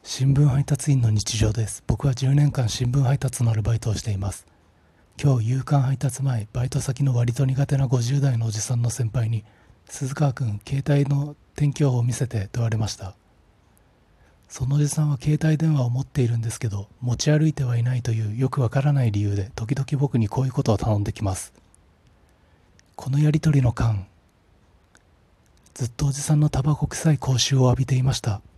新聞配達員の日常です。僕は10年間新聞配達のアルバイトをしています。今日夕刊配達前、バイト先の割と苦手な50代のおじさんの先輩に、鈴川くん、携帯の天気予報を見せてと言われました。そのおじさんは携帯電話を持っているんですけど、持ち歩いてはいないというよくわからない理由で、時々僕にこういうことを頼んできます。このやりとりの間、ずっとおじさんのタバコ臭い口臭を浴びていました。